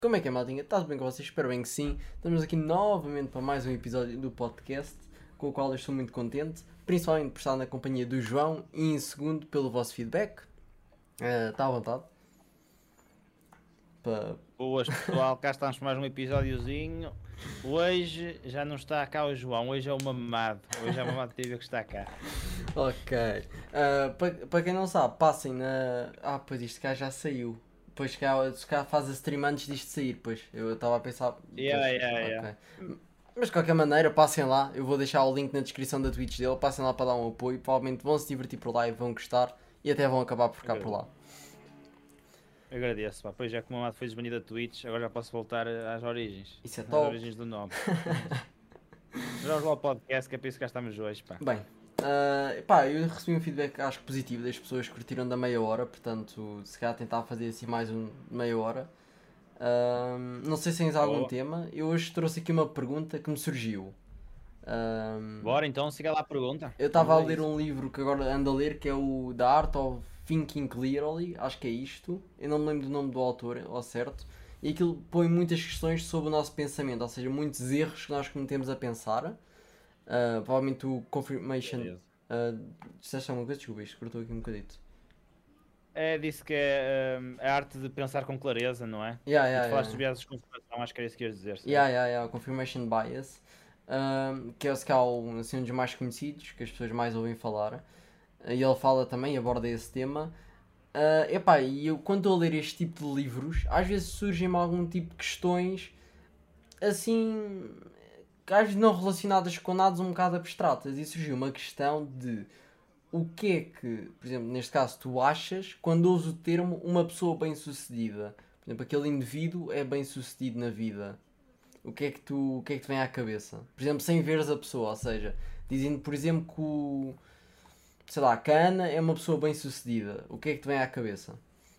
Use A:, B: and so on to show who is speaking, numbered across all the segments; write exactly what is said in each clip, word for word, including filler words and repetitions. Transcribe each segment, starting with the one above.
A: Como é que é, maltinha? Está tudo bem com vocês? Espero bem que sim. Estamos aqui novamente para mais um episódio do podcast, com o qual eu estou muito contente, principalmente por estar na companhia do João e em segundo pelo vosso feedback. Eh, Está à vontade. Para...
B: Boas pessoal, cá estamos para mais um episódiozinho. Hoje já não está cá o João, hoje é o Mamado. Hoje é o Mamado T V que está cá.
A: Ok. Eh, para, para quem não sabe, passem na. Ah, pois isto cá já saiu. Pois cá, se cá faz a stream antes disto sair, pois. Eu estava a pensar. Pois,
B: Yeah, yeah,
A: ok.
B: yeah.
A: Mas de qualquer maneira, passem lá. Eu vou deixar o link na descrição da Twitch dele. Passem lá para dar um apoio. Provavelmente vão se divertir por lá e vão gostar. E até vão acabar por ficar por lá.
B: Eu agradeço, pá. Pois já que o Mamado foi desbanido da Twitch, agora já posso voltar às origens.
A: Isso é
B: Às
A: top.
B: origens do nome. Mas vamos lá ao podcast, que é para isso que cá estamos hoje, pá.
A: Bem, uh, pá, eu recebi um feedback acho que positivo das pessoas que curtiram da meia hora. Portanto, se calhar tentar fazer assim mais um meia hora. Uh, não sei se tens algum
B: Boa.
A: tema. Eu hoje trouxe aqui uma pergunta que me surgiu. Uh,
B: Bora então, siga lá a pergunta.
A: Eu estava a
B: Vamos a
A: ler
B: isso.
A: um livro que agora ando a ler, que é o The Art of Thinking Clearly, acho que é isto. Eu não me lembro do nome do autor, ao certo. E aquilo põe muitas questões sobre o nosso pensamento, ou seja, muitos erros que nós cometemos a pensar. Uh, provavelmente o Confirmation.
B: Beleza.
A: Uh, disseste alguma coisa? Desculpa, isto cortou aqui um bocadito.
B: É, disse que é hum, a arte de pensar com clareza, não é?
A: Yeah,
B: E
A: yeah,
B: tu falaste
A: yeah.
B: sobre viés de confirmação, acho que era isso que ias dizer, certo?
A: Yeah, yeah, yeah, o Confirmation Bias. Um, que é se calhar um, assim, um dos mais conhecidos, que as pessoas mais ouvem falar. E ele fala também, aborda esse tema. Uh, epá, e eu quando estou a ler este tipo de livros, às vezes surgem-me algum tipo de questões assim, que às vezes não relacionadas com nada, um bocado abstratas. E surgiu uma questão de o que é que, por exemplo, neste caso, tu achas quando ouves o termo uma pessoa bem-sucedida? Por exemplo, aquele indivíduo é bem-sucedido na vida. O que é que tu, o que é que te vem à cabeça? Por exemplo, sem veres a pessoa, ou seja, dizendo, por exemplo, que o, sei lá, que a Ana é uma pessoa bem-sucedida. O que é que te vem à cabeça?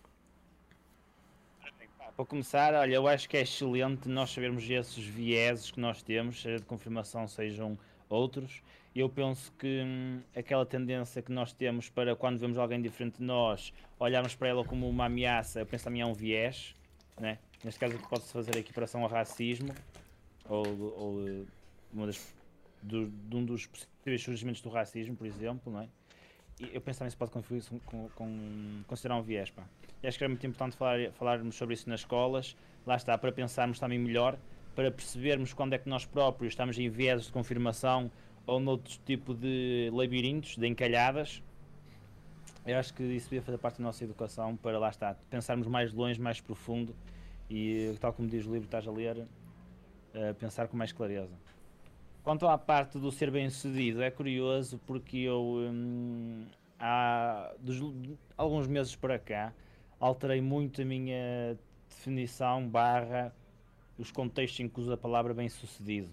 B: Para começar, olha, eu acho que é excelente nós sabermos esses vieses que nós temos, seja de confirmação, sejam outros. Eu penso que hum, aquela tendência que nós temos para quando vemos alguém diferente de nós, olharmos para ela como uma ameaça, eu penso também é um viés, né? Neste caso pode-se fazer a equiparação ao racismo, ou, ou eh, uma das, do, de um dos possíveis surgimentos do racismo, por exemplo, não é? E eu penso também se pode confundir com, com, considerar um viés, pá. E acho que é muito importante falar, falarmos sobre isso nas escolas, lá está, para pensarmos também melhor, para percebermos quando é que nós próprios estamos em viés de confirmação ou noutro tipo de labirintos, de encalhadas. Eu acho que isso devia fazer parte da nossa educação para, lá está, pensarmos mais longe, mais profundo e, tal como diz o livro que estás a ler, uh, pensar com mais clareza. Quanto à parte do ser bem sucedido, é curioso porque eu hum, há dos, alguns meses para cá alterei muito a minha definição barra os contextos em que uso a palavra bem sucedido.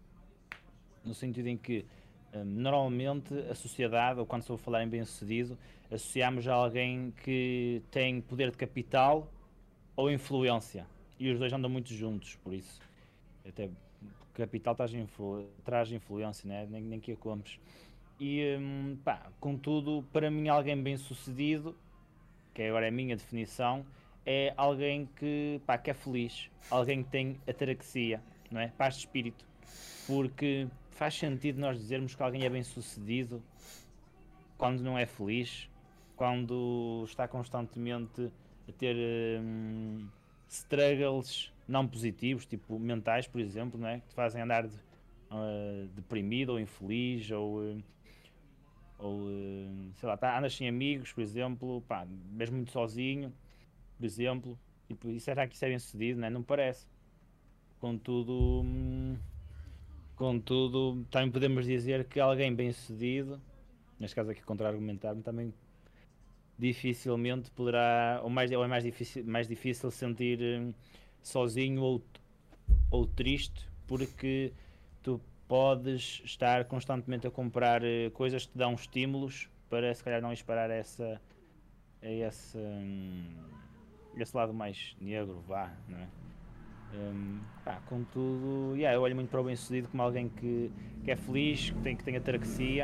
B: No sentido em que hum, normalmente a sociedade, ou quando se ouve falar em bem sucedido, associamos a alguém que tem poder de capital ou influência. E os dois andam muito juntos, por isso. Até capital traz, influ, traz influência, né? nem, nem que a compres. E hum, pá, contudo, para mim, alguém bem sucedido, que agora é a minha definição, é alguém que, pá, que é feliz, alguém que tem ataraxia, não é? Paz de espírito, porque faz sentido nós dizermos que alguém é bem sucedido quando não é feliz, quando está constantemente a ter hum, struggles não positivos, tipo mentais, por exemplo, não é? Que te fazem andar de, uh, deprimido ou infeliz ou, uh, ou uh, sei lá, tá, andas sem amigos, por exemplo, pá, mesmo muito sozinho, por exemplo, tipo, e será que isso é bem sucedido, não é? Não parece. Contudo, hum, contudo, também podemos dizer que alguém bem sucedido, neste caso aqui contra-argumentar-me, também dificilmente poderá, ou, mais, ou é mais difícil, mais difícil sentir hum, sozinho ou, ou triste, porque tu podes estar constantemente a comprar uh, coisas que te dão estímulos para se calhar não disparar essa, a esse, hum, esse lado mais negro, vá, não é? Um, pá, contudo, yeah, eu olho muito para o bem-sucedido como alguém que, que é feliz, que tem, que tem ataraxia.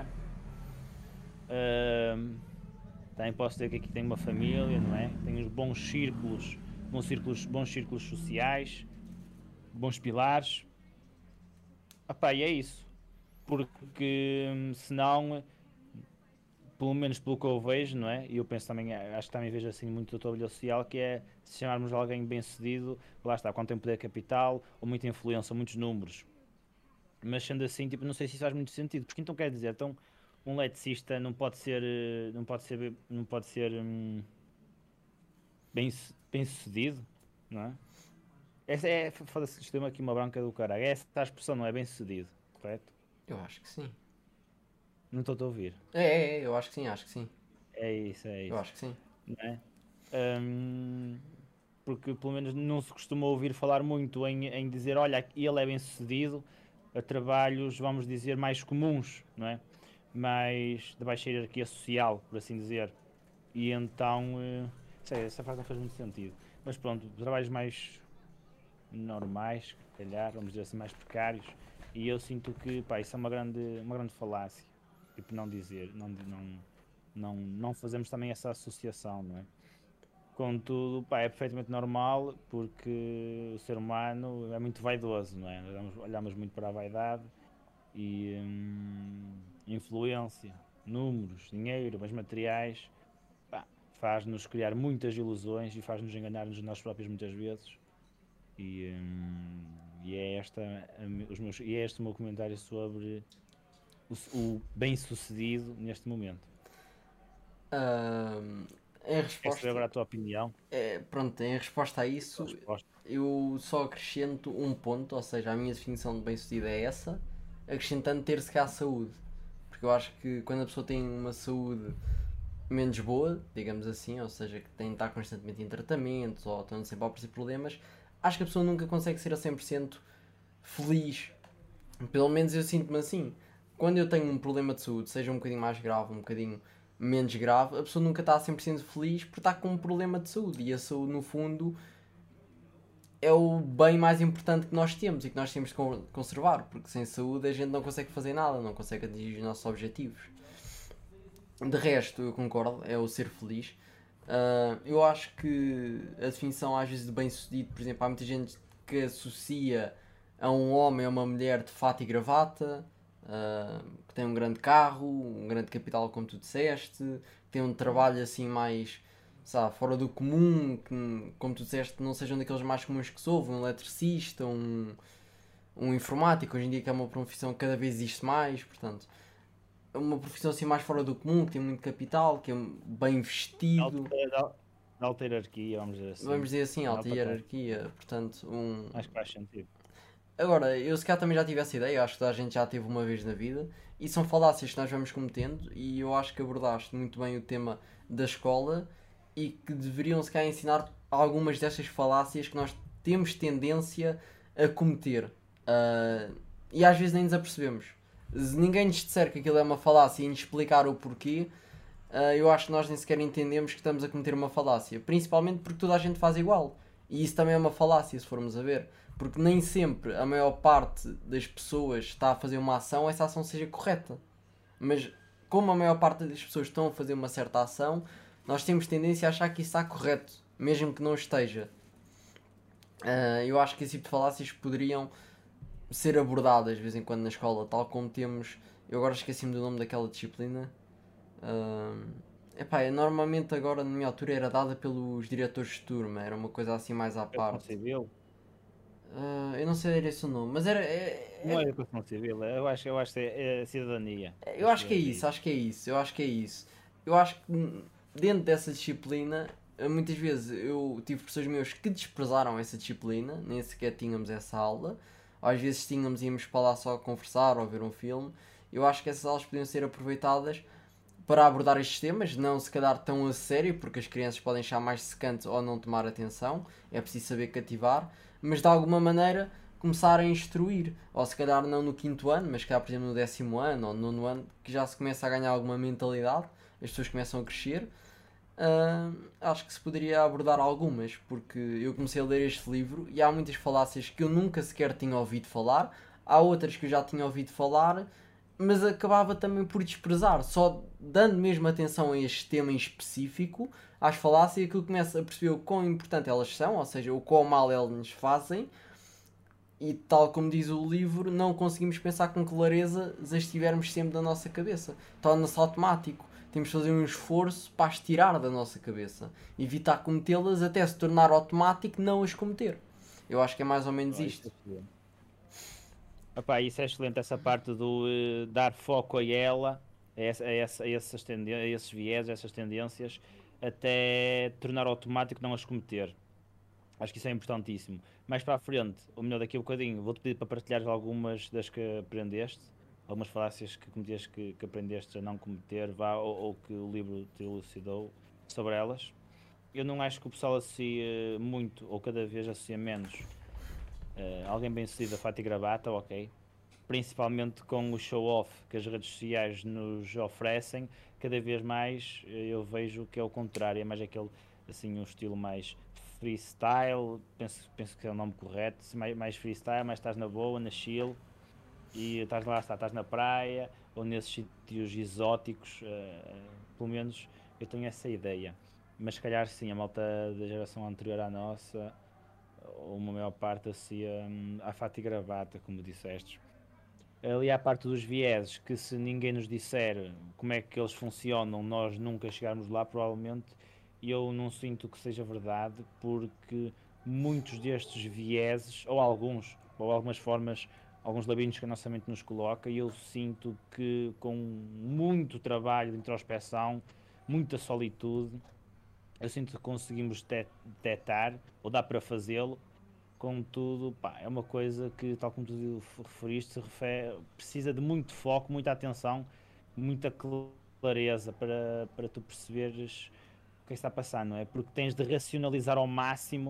B: Um, também posso dizer que aqui tem uma família, não é? Tem os bons círculos bons círculos, bons círculos sociais, bons pilares. Epá, e é isso. Porque hum, senão, pelo menos pelo que eu vejo, não é? E eu penso também, eh, acho que também vejo assim muito da tua vida social, que é se chamarmos alguém bem sucedido, lá está, quando tem poder capital, ou muita influência, ou muitos números. Mas sendo assim, tipo, não sei se isso faz muito sentido, porque então quer dizer, então um eletricista não pode ser, eh, não pode ser, não pode ser hum, bem, su- bem sucedido, não é? Essa é, foda-se, isto deu-me aqui uma branca do caralho. Essa a expressão não é bem sucedido, correto?
A: Eu acho que sim.
B: Não estou a ouvir.
A: É, é, é, eu acho que sim, acho que sim.
B: É isso, é
A: Eu
B: isso.
A: acho que sim.
B: Não é? Hum, porque pelo menos não se costuma ouvir falar muito em, em dizer, olha, ele é bem sucedido a trabalhos, vamos dizer, mais comuns, não é? Mais de baixa hierarquia social, por assim dizer. E então, eh, sei, essa frase não faz muito sentido. Mas pronto, trabalhos mais normais, se calhar, vamos dizer assim, mais precários. E eu sinto que, pá, isso é uma grande, uma grande falácia. Tipo, não dizer, não, não, não, não fazemos também essa associação, não é? Contudo, pá, é perfeitamente normal porque o ser humano é muito vaidoso, não é? Olhamos, olhamos muito para a vaidade e hum, influência, números, dinheiro, bens materiais, pá, faz-nos criar muitas ilusões e faz-nos enganar-nos nós próprios muitas vezes. E, hum, e é, esta, a os meus, e é este o meu comentário sobre o, o bem-sucedido neste momento.
A: Ahm, em
B: Quer saber
A: resposta,
B: agora a tua opinião?
A: é, pronto, em resposta a
B: A tua
A: isso,
B: resposta?
A: eu só acrescento um ponto, ou seja, a minha definição de bem-sucedido é essa, acrescentando ter-se cá a saúde. Porque eu acho que quando a pessoa tem uma saúde menos boa, digamos assim, ou seja, que tem de estar constantemente em tratamentos ou estando sempre a aparecer problemas, acho que a pessoa nunca consegue ser a cem por cento feliz. Pelo menos eu sinto-me assim. Quando eu tenho um problema de saúde, seja um bocadinho mais grave, um bocadinho menos grave, a pessoa nunca está a cem por cento feliz por estar com um problema de saúde. E a saúde, no fundo, é o bem mais importante que nós temos e que nós temos de conservar, porque sem saúde a gente não consegue fazer nada, não consegue atingir os nossos objetivos. De resto, eu concordo, é o ser feliz. Uh, eu acho que a definição às vezes de bem-sucedido, por exemplo, há muita gente que associa a um homem ou uma mulher de fato e gravata, uh, que tem um grande carro, um grande capital, como tu disseste, que tem um trabalho assim mais, sabe, fora do comum, que, como tu disseste, não sejam daqueles mais comuns que se ouve, um eletricista, um, um informático, hoje em dia que é uma profissão que cada vez existe mais, portanto, é uma profissão assim mais fora do comum, que tem muito capital, que é bem
B: Alta,
A: vestido,
B: da, da alta hierarquia, vamos dizer
A: vamos
B: assim.
A: dizer assim,
B: Sim,
A: alta
B: alta classe.
A: hierarquia, portanto, um...
B: Acho que faz sentido.
A: Agora, eu se calhar também já tive essa ideia, acho que toda a gente já teve uma vez na vida, e são falácias que nós vamos cometendo, e eu acho que abordaste muito bem o tema da escola, e que deveriam se calhar ensinar algumas destas falácias que nós temos tendência a cometer. Ah, e às vezes nem nos apercebemos. Se ninguém nos disser que aquilo é uma falácia e nos explicar o porquê, ah, eu acho que nós nem sequer entendemos que estamos a cometer uma falácia. Principalmente porque toda a gente faz igual. E isso também é uma falácia, se formos a ver. Porque nem sempre a maior parte das pessoas está a fazer uma ação, essa ação seja correta. Mas como a maior parte das pessoas estão a fazer uma certa ação, nós temos tendência a achar que isso está correto, mesmo que não esteja. Ah, eu acho que esse tipo de falácias poderiam ser abordadas de vez em quando na escola, tal como temos. Eu agora esqueci-me do nome daquela disciplina. Uh, epá, é, normalmente agora na minha altura era dada pelos diretores de turma, era uma coisa assim mais à
B: Educação
A: parte.
B: civil?
A: Uh, eu não sei era esse o nome, mas era. É,
B: Não é
A: é-
B: educação civil, eu acho, eu acho que é, é cidadania.
A: eu
B: Acho
A: acho
B: que
A: que é
B: é
A: isso,
B: isso.
A: acho que é isso, eu acho que é isso. Eu acho que hum, dentro dessa disciplina, eh, muitas vezes eu tive professores meus que desprezaram essa disciplina, nem sequer tínhamos essa aula. Às vezes tínhamos, íamos para lá só a conversar ou ver um filme. Eu acho que essas aulas podiam ser aproveitadas para abordar estes temas, não se calhar tão a sério, porque as crianças podem achar mais secante ou não tomar atenção, é preciso saber cativar, mas de alguma maneira começar a instruir, ou se calhar não no quinto ano, mas se calhar por exemplo no décimo ano ou no nono ano, que já se começa a ganhar alguma mentalidade, as pessoas começam a crescer. Ah, acho que se poderia abordar algumas, porque eu comecei a ler este livro e há muitas falácias que eu nunca sequer tinha ouvido falar, há outras que eu já tinha ouvido falar, mas acabava também por desprezar, só dando mesmo atenção a este tema em específico, às falácias e aquilo começa a perceber o quão importante elas são, ou seja, o quão mal elas nos fazem, e tal como diz o livro, não conseguimos pensar com clareza se as tivermos sempre da nossa cabeça. Torna-se automático. Temos de fazer um esforço para as tirar da nossa cabeça. Evitar cometê-las até se tornar automático não as cometer. Eu acho que é mais ou menos isto.
B: Epá, isso é excelente, essa parte do uh, dar foco a ela, a, essa, a, essa, a, essas tenden- a esses viés, a essas tendências, até tornar automático não as cometer. Acho que isso é importantíssimo. Mais para a frente, ou melhor, daqui a um bocadinho, vou-te pedir para partilhares algumas das que aprendeste, algumas falácias que cometias que, que aprendeste a não cometer, vá, ou, ou que o livro te elucidou sobre elas. Eu não acho que o pessoal associe muito, ou cada vez associa menos, uh, alguém bem sucedido a fato e gravata, ok? Principalmente com o show-off que as redes sociais nos oferecem, cada vez mais eu vejo que é o contrário, é mais aquele, assim, um estilo mais freestyle, penso, penso que é o nome correto, mais, mais freestyle, mais estás na boa, na chill, e estás lá, está, estás na praia, ou nesses sítios exóticos, uh, pelo menos eu tenho essa ideia. Mas se calhar sim, a malta da geração anterior à nossa, ou uma maior parte assim, um, à fato e gravata, como disseste. Ali à parte dos vieses, que se ninguém nos disser como é que eles funcionam, nós nunca chegarmos lá, provavelmente. Eu não sinto que seja verdade, porque muitos destes vieses, ou alguns, ou algumas formas, alguns labirintos que a nossa mente nos coloca, eu sinto que com muito trabalho de introspeção, muita solitude, eu sinto que conseguimos detectar, ou dá para fazê-lo. Contudo, pá, é uma coisa que, tal como tu referiste, se refere, precisa de muito foco, muita atenção, muita clareza para, para tu perceberes o que está a passar, não é? Porque tens de racionalizar ao máximo,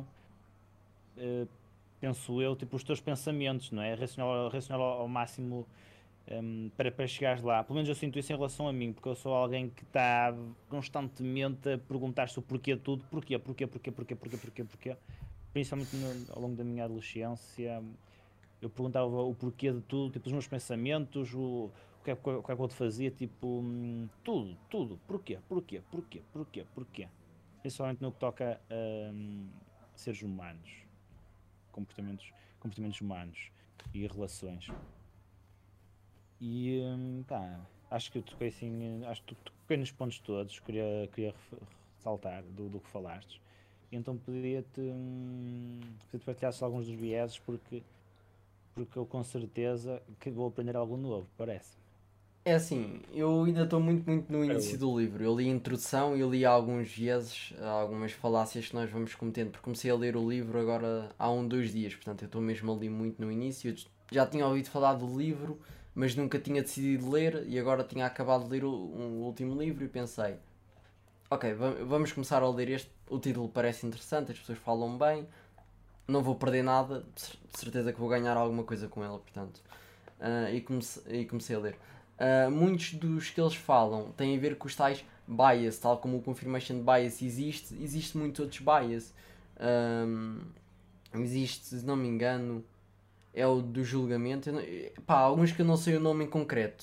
B: uh, penso eu, tipo, os teus pensamentos, não é? Racional, racional ao, ao máximo, um, para, para chegares lá. Pelo menos eu sinto isso em relação a mim, porque eu sou alguém que está constantemente a perguntar-se o porquê de tudo, porquê, porquê, porquê, porquê, porquê, porquê, porquê. Principalmente no, ao longo da minha adolescência, eu perguntava o porquê de tudo, tipo, os meus pensamentos, o, o que é, o que é que eu te fazia, tipo, hum, tudo, tudo, porquê, porquê, porquê, porquê, porquê. Principalmente no que toca a hum, seres humanos, comportamentos, comportamentos humanos e relações. E, hum, pá, acho que eu toquei assim, acho que toquei nos pontos todos, queria, queria ressaltar do, do que falaste. Então pedia-te hum, pedia-te partilhasses alguns dos vieses, porque, porque eu com certeza que vou aprender algo novo, parece.
A: É assim, eu ainda estou muito, muito no
B: Espera
A: início
B: aí.
A: do livro. Eu li a introdução e eu li alguns vieses, algumas falácias que nós vamos cometendo, porque comecei a ler o livro agora há um, dois dias, portanto eu estou mesmo ali muito no início. Eu já tinha ouvido falar do livro, mas nunca tinha decidido ler e agora tinha acabado de ler o, um último livro e pensei, ok, va- vamos começar a ler este. O título parece interessante, as pessoas falam bem, não vou perder nada, de cer- de certeza que vou ganhar alguma coisa com ele, portanto. Ah, e, comece- e comecei a ler. Ah, muitos dos que eles falam têm a ver com os tais bias, tal como o confirmation bias existe, existe muitos outros bias. Ahm, existe, se não me engano, é o do julgamento. Eu não- pá, alguns que eu não sei o nome em concreto,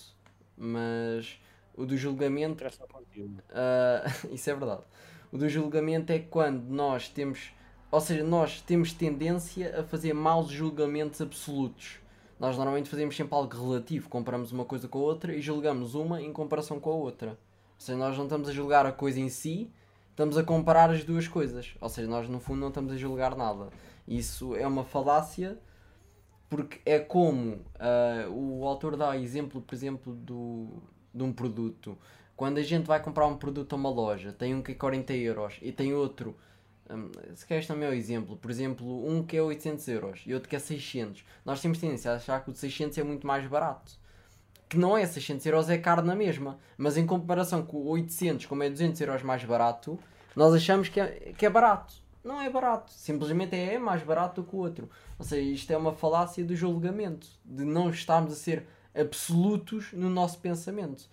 A: mas o do julgamento,
B: Interessa ao conteúdo.
A: ah, isso é verdade. O do julgamento é quando nós temos, ou seja, nós temos tendência a fazer maus julgamentos absolutos. Nós normalmente fazemos sempre algo relativo, comparamos uma coisa com a outra e julgamos uma em comparação com a outra. Ou seja, nós não estamos a julgar a coisa em si, estamos a comparar as duas coisas. Ou seja, nós no fundo não estamos a julgar nada. Isso é uma falácia, porque é como ah, o autor dá exemplo, por exemplo, do, de um produto. Quando a gente vai comprar um produto a uma loja, tem um que é quarenta euros e tem outro, hum, se calhar este também é o exemplo, por exemplo, um que é oitocentos euros e outro que é seiscentos. Nós temos tendência a achar que o de seiscentos é muito mais barato. Que não é, seiscentos euros é caro na mesma, mas em comparação com o oitocentos, como é duzentos euros mais barato, nós achamos que é, que é barato. Não é barato, simplesmente é mais barato do que o outro. Ou seja, isto é uma falácia do julgamento, de não estarmos a ser absolutos no nosso pensamento.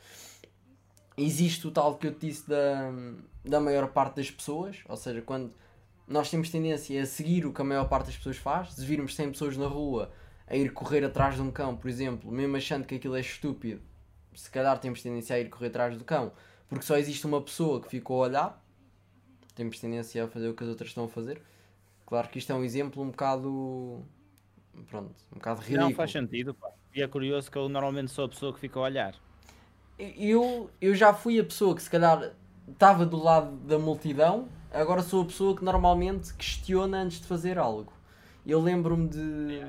A: Existe o tal que eu te disse da, da maior parte das pessoas, ou seja, quando nós temos tendência a seguir o que a maior parte das pessoas faz, se virmos cem pessoas na rua a ir correr atrás de um cão, por exemplo, mesmo achando que aquilo é estúpido, se calhar temos tendência a ir correr atrás do cão, porque só existe uma pessoa que ficou a olhar, temos tendência a fazer o que as outras estão a fazer. Claro que isto é um exemplo um bocado. Pronto, um bocado
B: Não faz
A: ridículo.
B: sentido, pá. E é curioso que eu normalmente sou a pessoa que fica a olhar.
A: Eu, eu já fui a pessoa que se calhar estava do lado da multidão, agora sou a pessoa que normalmente questiona antes de fazer algo. Eu lembro-me de.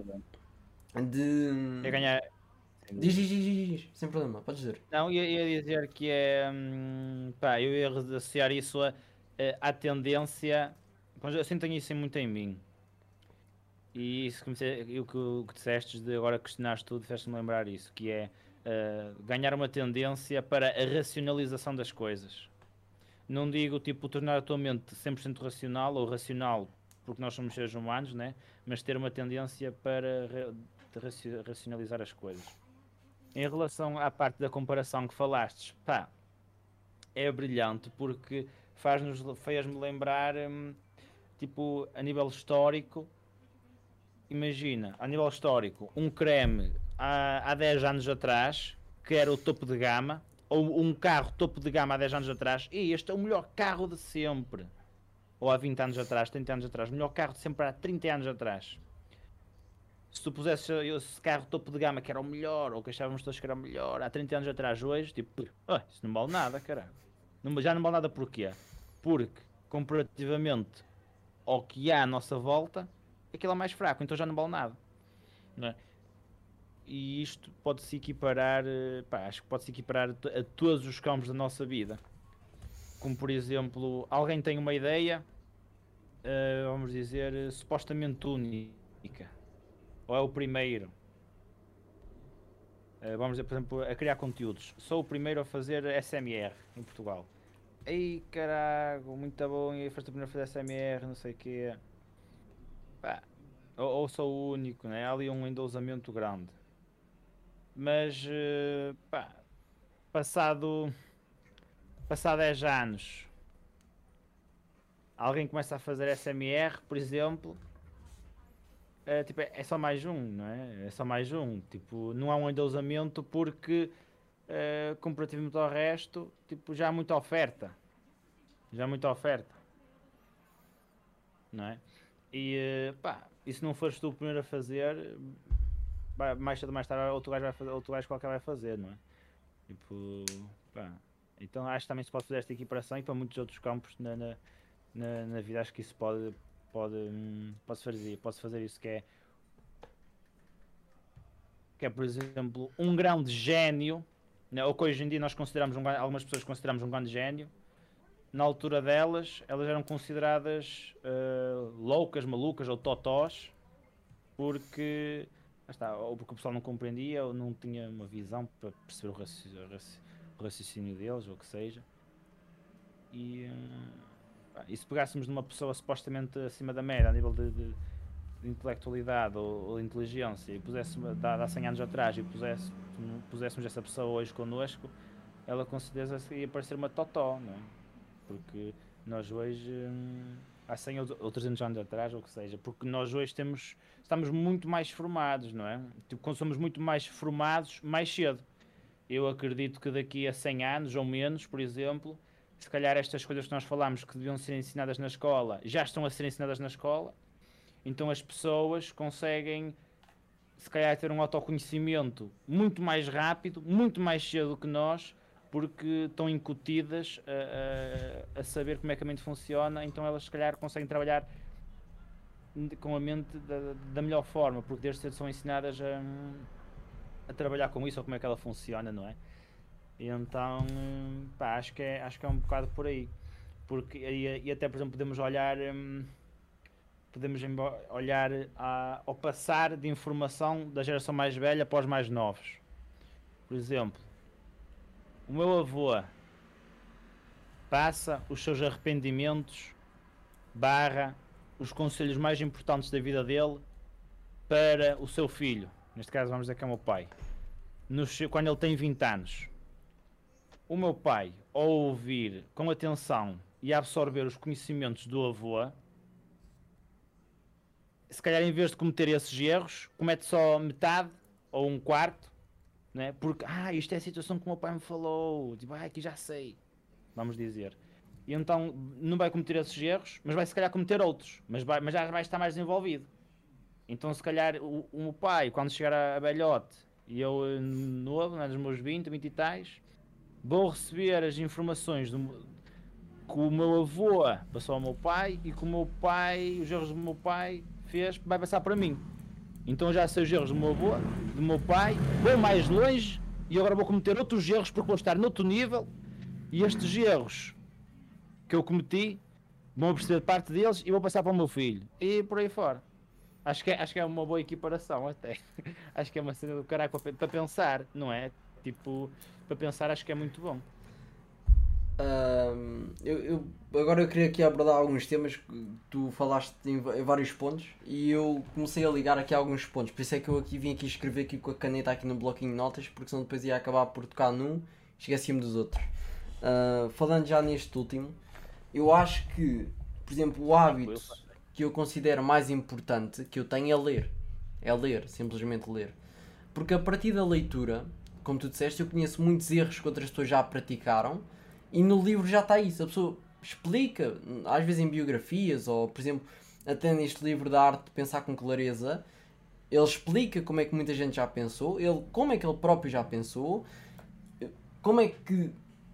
B: É
A: de.
B: ganhar. Sem
A: Diz,
B: dúvida.
A: diz, diz, diz, diz, sem problema, podes dizer.
B: Não, ia, ia dizer que é. hum, pá, eu ia associar isso a, a- à tendência. Mas eu sinto tenho isso muito em mim. E isso comecei, e o que, o que disseste de agora questionaste tudo, fez-me lembrar isso, que é eh, ganhar uma tendência para a racionalização das coisas. Não digo tipo tornar a tua mente cem por cento racional ou racional porque nós somos seres humanos, né? Mas ter uma tendência para ra- de raci- racionalizar as coisas. Em relação à parte da comparação que falaste, pá, é brilhante porque faz-nos, fez-me lembrar, hum, tipo, a nível histórico, imagina, a nível histórico, um creme há, há dez anos atrás, que era o topo de gama, ou um carro topo de gama há dez anos atrás, e este é o melhor carro de sempre. Ou há vinte anos atrás, trinta anos atrás, o melhor carro de sempre há trinta anos atrás. Se tu pusesses esse carro topo de gama que era o melhor, ou que achávamos todos que era o melhor, há trinta anos atrás, hoje, tipo, oh, isso não vale nada, caralho. Não, já não vale nada porquê? Porque, comparativamente ao que há à nossa volta, aquilo é mais fraco, então já não vale nada. Não é? E isto pode-se equiparar, eh, pá, acho que pode-se equiparar a to- a todos os campos da nossa vida. Como, por exemplo, alguém tem uma ideia, eh, vamos dizer, eh, supostamente única, ou é o primeiro. Eh, vamos dizer, por exemplo, a criar conteúdos. Sou o primeiro a fazer S M R em Portugal. Ei, carago, muito bom, e foste o primeiro a fazer S M R, não sei o quê. Pá, ou, ou sou o único, né? Há ali um endeusamento grande. Mas, eh, pá, passado, passado dez anos, alguém começa a fazer S M R, por exemplo, é, tipo, é é só mais um, não é? É só mais um. Tipo, não há um endeusamento porque, eh, comparativamente ao resto, tipo, já há muita oferta. Já há muita oferta, não é? E, eh, pá, e se não fores tu o primeiro a fazer, vai- mais cedo ou mais tarde outro gajo, vai fazer, outro gajo qualquer vai fazer, não é? Tipo, pá. Então acho que também se pode fazer esta equiparação e para muitos outros campos na, na, na, na vida acho que isso pode, pode, hum, pode fazer, pode fazer isso que é, que é por exemplo um grande gênio, né? Ou que hoje em dia nós consideramos um, algumas pessoas consideramos um grande gênio. Na altura delas, elas eram consideradas uh, loucas, malucas ou totós, porque, está, ou porque o pessoal não compreendia ou não tinha uma visão para perceber o, raci raci o raciocínio deles, ou o que seja. E, uh, e se pegássemos numa pessoa supostamente acima da média, a nível de, de, de intelectualidade ou, ou inteligência, e puséssemos, há cem anos atrás, e puséssemos, puséssemos essa pessoa hoje connosco, ela com certeza ia parecer uma totó, não é? Porque nós hoje, hum, há cem ou trezentos anos atrás, ou o que seja, porque nós hoje temos, estamos muito mais formados, não é? Tipo, quando somos muito mais formados, mais cedo. Eu acredito que daqui a cem anos ou menos, por exemplo, se calhar estas coisas que nós falamos que deviam ser ensinadas na escola, já estão a ser ensinadas na escola, então as pessoas conseguem, se calhar, ter um autoconhecimento muito mais rápido, muito mais cedo que nós, porque estão incutidas a, a, a saber como é que a mente funciona, então elas se calhar conseguem trabalhar com a mente da, da melhor forma, porque desde cedo são ensinadas a, a trabalhar com isso ou como é que ela funciona, não é? E então, pá, acho que é, acho que é um bocado por aí. Porque, e, e até, por exemplo, podemos olhar, hum, podemos olhar a, ao passar de informação da geração mais velha para os mais novos. Por exemplo, o meu avô passa os seus arrependimentos barra os conselhos mais importantes da vida dele para o seu filho. Neste caso vamos dizer que é o meu pai. Nos, quando ele tem vinte anos. O meu pai, ao ouvir com atenção e a absorver os conhecimentos do avô, se calhar em vez de cometer esses erros, comete só metade ou um quarto, né? Porque, ah, isto é a situação que o meu pai me falou, tipo, ah, aqui já sei, vamos dizer. e então não vai cometer esses erros, mas vai se calhar cometer outros, mas, vai, mas já vai estar mais desenvolvido. Então se calhar o, o meu pai, quando chegar a, a velhote, e eu eh, novo, né, dos meus vinte, vinte e tais, vou receber as informações do, que o meu avô passou ao meu pai e que o meu pai, os erros do meu pai fez, vai passar para mim. Então já sei os erros do meu avô, do meu pai, vou mais longe e agora vou cometer outros erros porque vou estar noutro nível e estes erros que eu cometi vão perceber parte deles e vou passar para o meu filho. E por aí fora. Acho que é, acho que é uma boa equiparação até. Acho que é uma cena do caralho para, para pensar, não é? Tipo, para pensar acho que é muito bom.
A: Ahm, eu, eu- agora eu queria aqui abordar alguns temas que tu falaste em, va- em vários pontos e eu comecei a ligar aqui alguns pontos, por isso é que eu aqui vim aqui escrever aqui com a caneta aqui no bloquinho de notas, porque senão depois ia acabar por tocar num, esqueci-me dos outros. Ah, falando já neste último, eu acho que, por exemplo, o
B: Tranquilo.
A: hábito que eu considero mais importante que eu tenho é ler. É ler, simplesmente ler. Porque a partir da leitura, como tu disseste, eu conheço muitos erros que outras pessoas já praticaram e no livro já está isso. A pessoa explica, às vezes em biografias ou, por exemplo, até neste livro da arte de pensar com clareza, ele explica como é que muita gente já pensou, ele, como é que ele próprio já pensou, como é que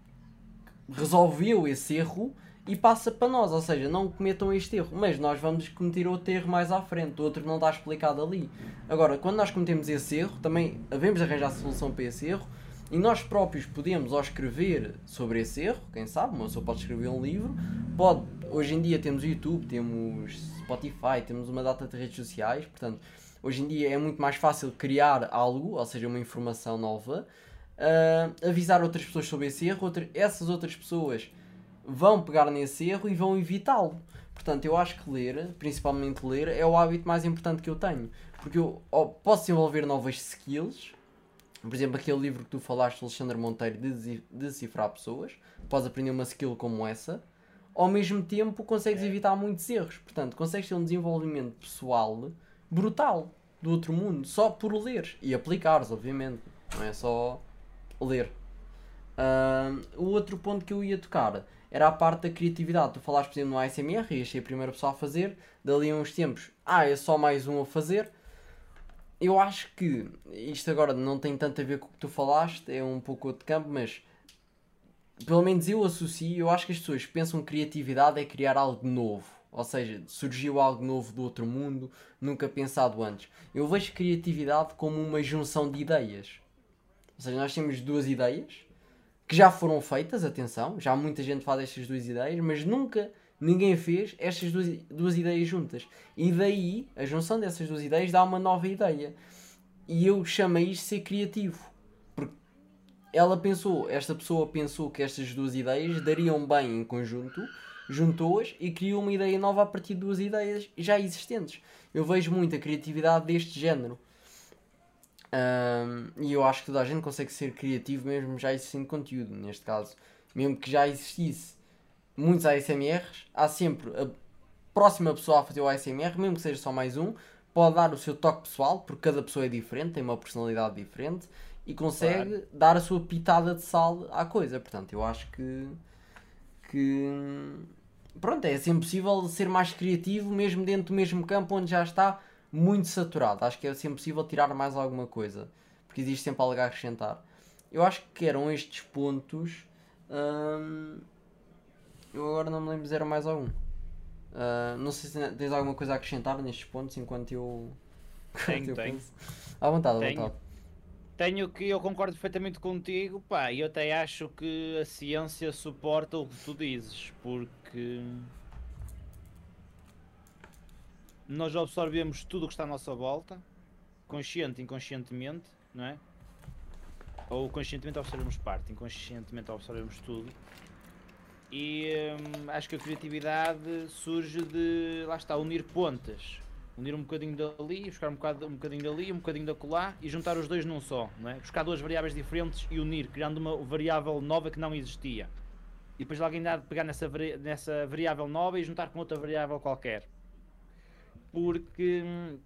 A: resolveu esse erro e passa para nós, ou seja, não cometam este erro, mas nós vamos cometer outro erro mais à frente, o outro não está explicado ali. Agora, quando nós cometemos esse erro, também devemos arranjar solução para esse erro e nós próprios podemos, ao escrever sobre esse erro, quem sabe, uma pessoa pode escrever um livro, pode, hoje em dia temos o YouTube, temos Spotify, temos uma data de redes sociais, portanto, hoje em dia é muito mais fácil criar algo, ou seja, uma informação nova, uh, avisar outras pessoas sobre esse erro, outra, essas outras pessoas vão pegar nesse erro e vão evitá-lo. Portanto, eu acho que ler, principalmente ler, é o hábito mais importante que eu tenho. Porque eu oh, posso desenvolver novas skills. Por exemplo, aquele livro que tu falaste, Alexandre Monteiro, de decifrar pessoas. Podes aprender uma skill como essa. Ao mesmo tempo, consegues evitar muitos erros. Portanto, consegues ter um desenvolvimento pessoal brutal do outro mundo. Só por ler. E aplicares, obviamente. Não é só ler. Uh, o outro ponto que eu ia tocar era a parte da criatividade. Tu falaste, por exemplo, no A S M R, e achei a primeira pessoa a fazer, dali a uns tempos, ah, é só mais um a fazer. Eu acho que isto agora não tem tanto a ver com o que tu falaste, é um pouco outro campo, mas pelo menos eu associo, eu acho que as pessoas pensam que criatividade é criar algo novo. Ou seja, surgiu algo novo do outro mundo, nunca pensado antes. Eu vejo criatividade como uma junção de ideias. Ou seja, nós temos duas ideias, que já foram feitas, atenção, já muita gente faz estas duas ideias, mas nunca ninguém fez estas duas, duas ideias juntas. E daí, a junção dessas duas ideias dá uma nova ideia. E eu chamo isto de ser criativo. Porque ela pensou, esta pessoa pensou que estas duas ideias dariam bem em conjunto, juntou-as e criou uma ideia nova a partir de duas ideias já existentes. Eu vejo muita criatividade deste género. Um, e eu acho que toda a gente consegue ser criativo mesmo já existindo conteúdo, neste caso. Mesmo que já existisse muitos A S M Rs, há sempre a próxima pessoa a fazer o A S M R, mesmo que seja só mais um, pode dar o seu toque pessoal, porque cada pessoa é diferente, tem uma personalidade diferente e consegue
B: Claro.
A: dar a sua pitada de sal à coisa. Portanto, eu acho que, que pronto, é sempre possível ser mais criativo mesmo dentro do mesmo campo onde já está muito saturado. Acho que é sempre possível tirar mais alguma coisa, porque existe sempre algo a acrescentar. Eu acho que eram estes pontos. hum, eu agora não me lembro se era mais algum. Ah, não sei se tens alguma coisa a acrescentar nestes pontos enquanto eu, enquanto
B: Tenho,
A: eu
B: tenho.
A: penso. À vontade, à
B: Tenho.
A: vontade.
B: Tenho que eu concordo perfeitamente contigo, pá, e eu até acho que a ciência suporta o que tu dizes, porque nós absorvemos tudo o que está à nossa volta, consciente e inconscientemente, não é? Ou conscientemente absorvemos parte, inconscientemente absorvemos tudo. E hum, acho que a criatividade surge de, lá está, unir pontas. Unir um bocadinho dali, buscar um, bocado, um bocadinho dali, um bocadinho da colar e juntar os dois num só, não é? Buscar duas variáveis diferentes e unir, criando uma variável nova que não existia. E depois alguém dá de pegar nessa, vari nessa variável nova e juntar com outra variável qualquer. Porque, hum,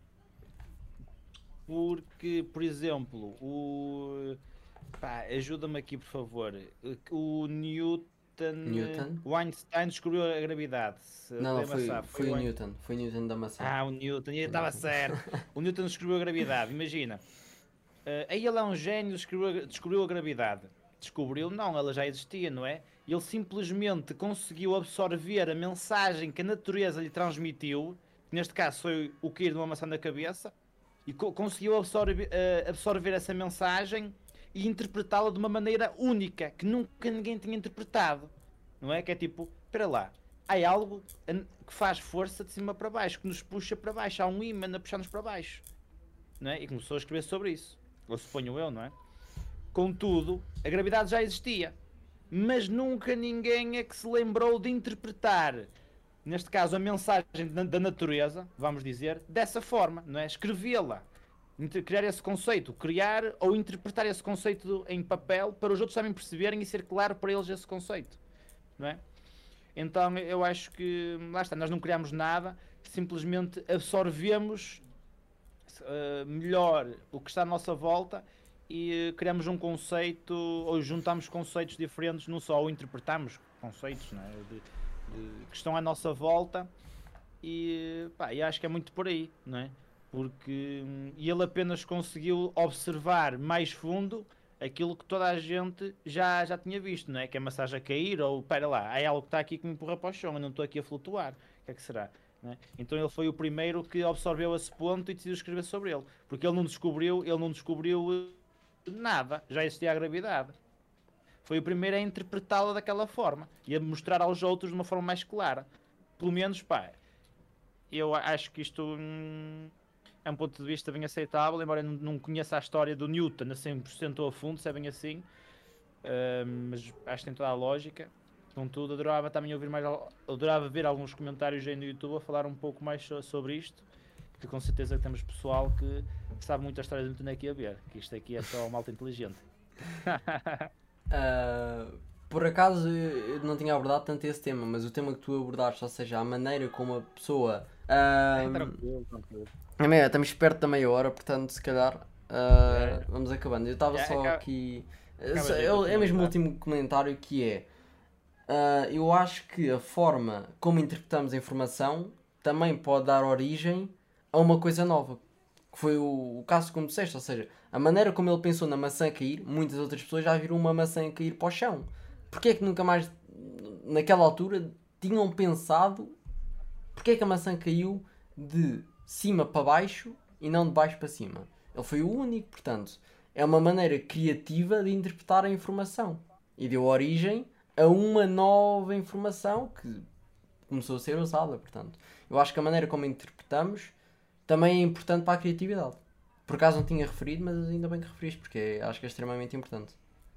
B: porque por exemplo, o... Pá, ajuda-me aqui por favor. O Newton Newton,
A: Newton.
B: o Einstein descobriu a gravidade. Se
A: Não, não,
B: lembra,
A: foi,
B: sabe?
A: foi o
B: o Ein-
A: Newton. Foi o Newton da maçã.
B: Ah, o Newton, e
A: Foi o
B: estava
A: Newton.
B: certo. O Newton descobriu a gravidade, imagina. Uh, aí ele é um gênio, descobriu a, descobriu a gravidade. Descobriu? Não, ela já existia, não é? Ele simplesmente conseguiu absorver a mensagem que a natureza lhe transmitiu, que neste caso foi o cair de uma maçã na cabeça, e co conseguiu absorver, uh, absorver essa mensagem e interpretá-la de uma maneira única, que nunca ninguém tinha interpretado. Não é? Que é tipo, espera lá, há algo que faz força de cima para baixo, que nos puxa para baixo, há um ímã a puxar-nos para baixo. Não é? E começou a escrever sobre isso. Ou suponho eu, não é? Contudo, a gravidade já existia, mas nunca ninguém é que se lembrou de interpretar, neste caso, a mensagem da natureza, vamos dizer, dessa forma, não é? Escrevê-la, criar esse conceito, criar ou interpretar esse conceito em papel para os outros também perceberem e ser claro para eles esse conceito, não é? Então eu acho que, lá está, nós não criamos nada, simplesmente absorvemos uh, melhor o que está à nossa volta e uh, criamos um conceito, ou juntamos conceitos diferentes, não só, ou interpretamos conceitos, não é? de, de, que estão à nossa volta e, pá, eu acho que é muito por aí, não é? Porque hum, ele apenas conseguiu observar mais fundo aquilo que toda a gente já, já tinha visto, não é? Que é a massagem a cair, ou, espera lá, há algo que está aqui que me empurra para o chão, eu não estou aqui a flutuar, o que é que será? Não é? Então ele foi o primeiro que absorveu esse ponto e decidiu escrever sobre ele, porque ele não descobriu, ele não descobriu nada, já existia a gravidade. Foi o primeiro a interpretá-la daquela forma e a mostrar aos outros de uma forma mais clara. Pelo menos, pá, eu acho que isto hum, é um ponto de vista bem aceitável, embora eu não, não conheça a história do Newton a cem por cento a fundo, se é bem assim, uh, mas acho que tem toda a lógica. Contudo, adorava também ouvir mais, adorava ver alguns comentários aí no YouTube a falar um pouco mais so, sobre isto, que com certeza temos pessoal que sabe muito a história do Newton aqui a ver, que isto aqui é só malta inteligente.
A: Uh, por acaso eu não tinha abordado tanto esse tema, mas o tema que tu abordaste, ou seja, a maneira como a pessoa.
B: É,
A: Uh,
B: tranquilo, tranquilo.
A: é meia, estamos perto da meia hora, portanto, se calhar uh,
B: É.
A: vamos acabando. Eu estava
B: É,
A: só
B: acaba-
A: aqui.
B: acaba
A: só-
B: de
A: É, o- é mesmo o
B: finalizar.
A: último comentário que é. uh, eu acho que a forma como interpretamos a informação também pode dar origem a uma coisa nova. Que foi o, o caso como disseste, ou seja, a maneira como ele pensou na maçã cair, muitas outras pessoas já viram uma maçã cair para o chão. Porquê é que nunca mais, naquela altura, tinham pensado porque é que a maçã caiu de cima para baixo e não de baixo para cima? Ele foi o único, portanto, é uma maneira criativa de interpretar a informação e deu origem a uma nova informação que começou a ser usada, portanto. Eu acho que a maneira como interpretamos também é importante para a criatividade. Por acaso não tinha referido, mas ainda bem que referiste, porque acho que é extremamente importante.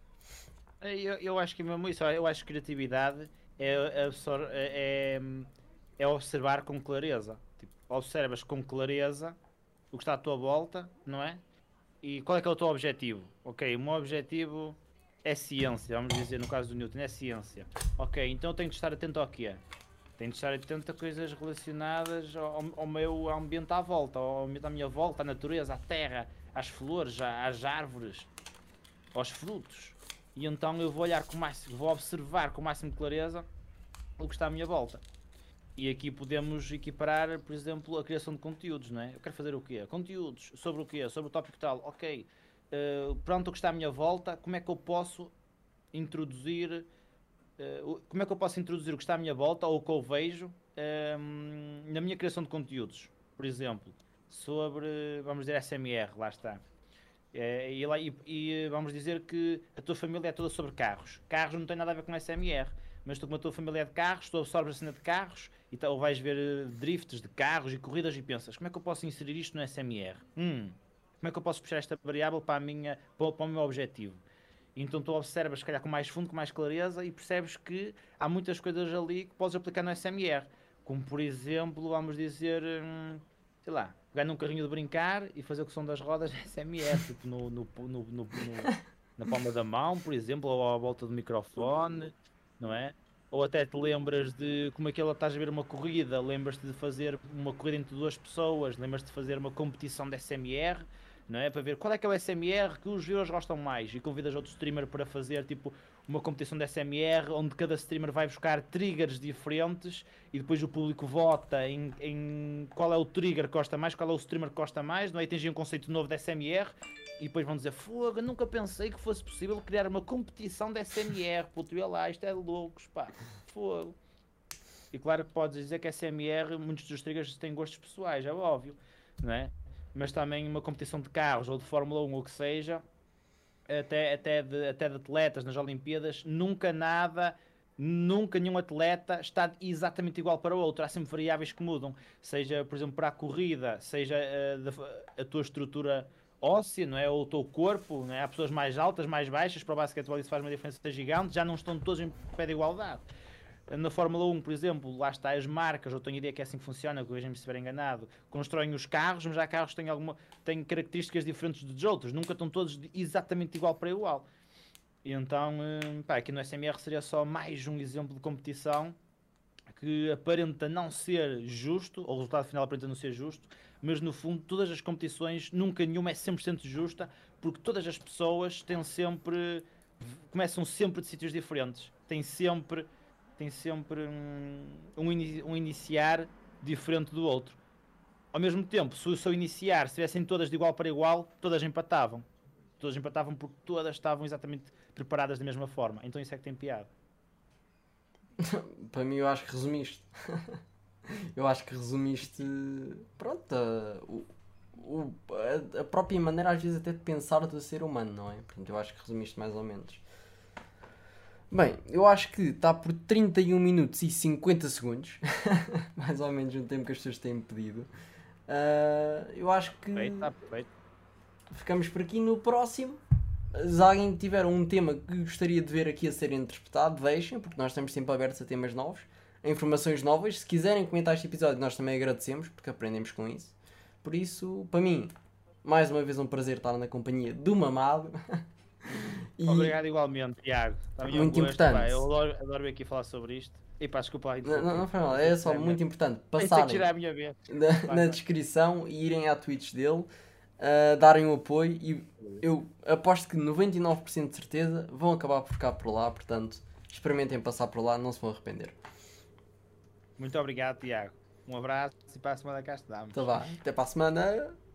B: Eu, eu acho que é mesmo isso, eu acho que criatividade é, absor- é, é observar com clareza. Tipo, observas com clareza o que está à tua volta, não é? E qual é que é o teu objetivo? Ok, o meu objetivo é ciência, vamos dizer no caso do Newton, é ciência. Ok, então eu tenho que estar atento ao que é. Tenho de estar atento a coisas relacionadas ao, ao meu ambiente à volta, ao ambiente à minha volta, à natureza, à terra, às flores, às árvores, aos frutos. E então eu vou olhar com máximo, vou observar com o máximo de clareza o que está à minha volta. E aqui podemos equiparar, por exemplo, a criação de conteúdos, não é? Eu quero fazer o quê? Conteúdos. Sobre o quê? Sobre o tópico tal. Ok. Uh, pronto, o que está à minha volta, como é que eu posso introduzir... Uh, como é que eu posso introduzir o que está à minha volta ou o que eu vejo um, na minha criação de conteúdos? Por exemplo, sobre, vamos dizer, S M R, lá está. É, e, lá, e, e vamos dizer que a tua família é toda sobre carros. Carros não tem nada a ver com S M R, mas tu, como a tua família é de carros, tu absorves a cena de carros e ou vais ver drifts de carros e corridas e pensas, como é que eu posso inserir isto no S M R? Hum, como é que eu posso puxar esta variável para, a minha, para, para o meu objetivo? Então tu observas, se calhar, com mais fundo, com mais clareza e percebes que há muitas coisas ali que podes aplicar no S M R. Como, por exemplo, vamos dizer, hum, sei lá, pegar num carrinho de brincar e fazer o que são das rodas S M R, tipo no, no, no, no, no, na palma da mão, por exemplo, ou à volta do microfone, não é? Ou até te lembras de como aquela estás a ver uma corrida, lembras-te de fazer uma corrida entre duas pessoas, lembras-te de fazer uma competição de S M R, não é? Para ver qual é que é o S M R que os viewers gostam mais e convidas outro streamer para fazer tipo uma competição de S M R onde cada streamer vai buscar triggers diferentes e depois o público vota em, em qual é o trigger que gosta mais, qual é o streamer que gosta mais, não é? E tens aí um conceito novo de S M R e depois vão dizer, fogo, nunca pensei que fosse possível criar uma competição de S M R, puto, olha lá, isto é loucos, pá, fogo. E claro que podes dizer que S M R, muitos dos triggers têm gostos pessoais, é óbvio, não é? Mas também uma competição de carros ou de Fórmula um ou o que seja, até, até, de, até de atletas nas Olimpíadas, nunca nada, nunca nenhum atleta está exatamente igual para o outro. Há sempre variáveis que mudam, seja, por exemplo, para a corrida, seja a, a tua estrutura óssea, não é? Ou o teu corpo, não é? Há pessoas mais altas, mais baixas, para o basquetebol isso faz uma diferença gigante, já não estão todos em pé de igualdade. Na Fórmula um, por exemplo, lá está as marcas, eu tenho a ideia que é assim que funciona, corrija-me se estiver enganado, constroem os carros, mas há carros que têm, alguma, têm características diferentes dos outros, nunca estão todos exatamente igual para igual. E então, pá, aqui no S M R seria só mais um exemplo de competição que aparenta não ser justo, ou o resultado final aparenta não ser justo, mas no fundo todas as competições, nunca nenhuma é cem por cento justa, porque todas as pessoas têm sempre, começam sempre de sítios diferentes, têm sempre... tem sempre um, um, ini um iniciar diferente do outro. Ao mesmo tempo, se o seu iniciar estivessem todas de igual para igual, todas empatavam. Todas empatavam porque todas estavam exatamente preparadas da mesma forma. Então isso é que tem piada.
A: Para mim eu acho que resumiste. Eu acho que resumiste, pronto, a, o, o, a, a própria maneira às vezes até de pensar do ser humano, não é? Portanto, eu acho que resumiste mais ou menos. Bem, eu acho que está por trinta e um minutos e cinquenta segundos, mais ou menos o tempo que as pessoas têm pedido. Uh, eu acho que
B: Perfeito, está perfeito.
A: Ficamos por aqui. No próximo, se alguém tiver um tema que gostaria de ver aqui a ser interpretado, deixem, porque nós estamos sempre abertos a temas novos, a informações novas. Se quiserem comentar este episódio, nós também agradecemos, porque aprendemos com isso. Por isso, para mim, mais uma vez um prazer estar na companhia do Mamado.
B: E obrigado igualmente, Tiago.
A: Muito um gosto, importante.
B: Pá, eu adoro, adoro vir aqui falar sobre isto. E pá, desculpa aí.
A: Não, não, não foi mal, é só é muito importante passarem
B: tirar a minha vez.
A: Na, vai, na vai. descrição e irem à Twitch dele, uh, darem o apoio e eu aposto que noventa e nove por cento de certeza vão acabar por ficar por lá, portanto experimentem passar por lá, não se vão arrepender.
B: Muito obrigado, Tiago. Um abraço e para a semana cá estamos.
A: Então vá, até para a semana.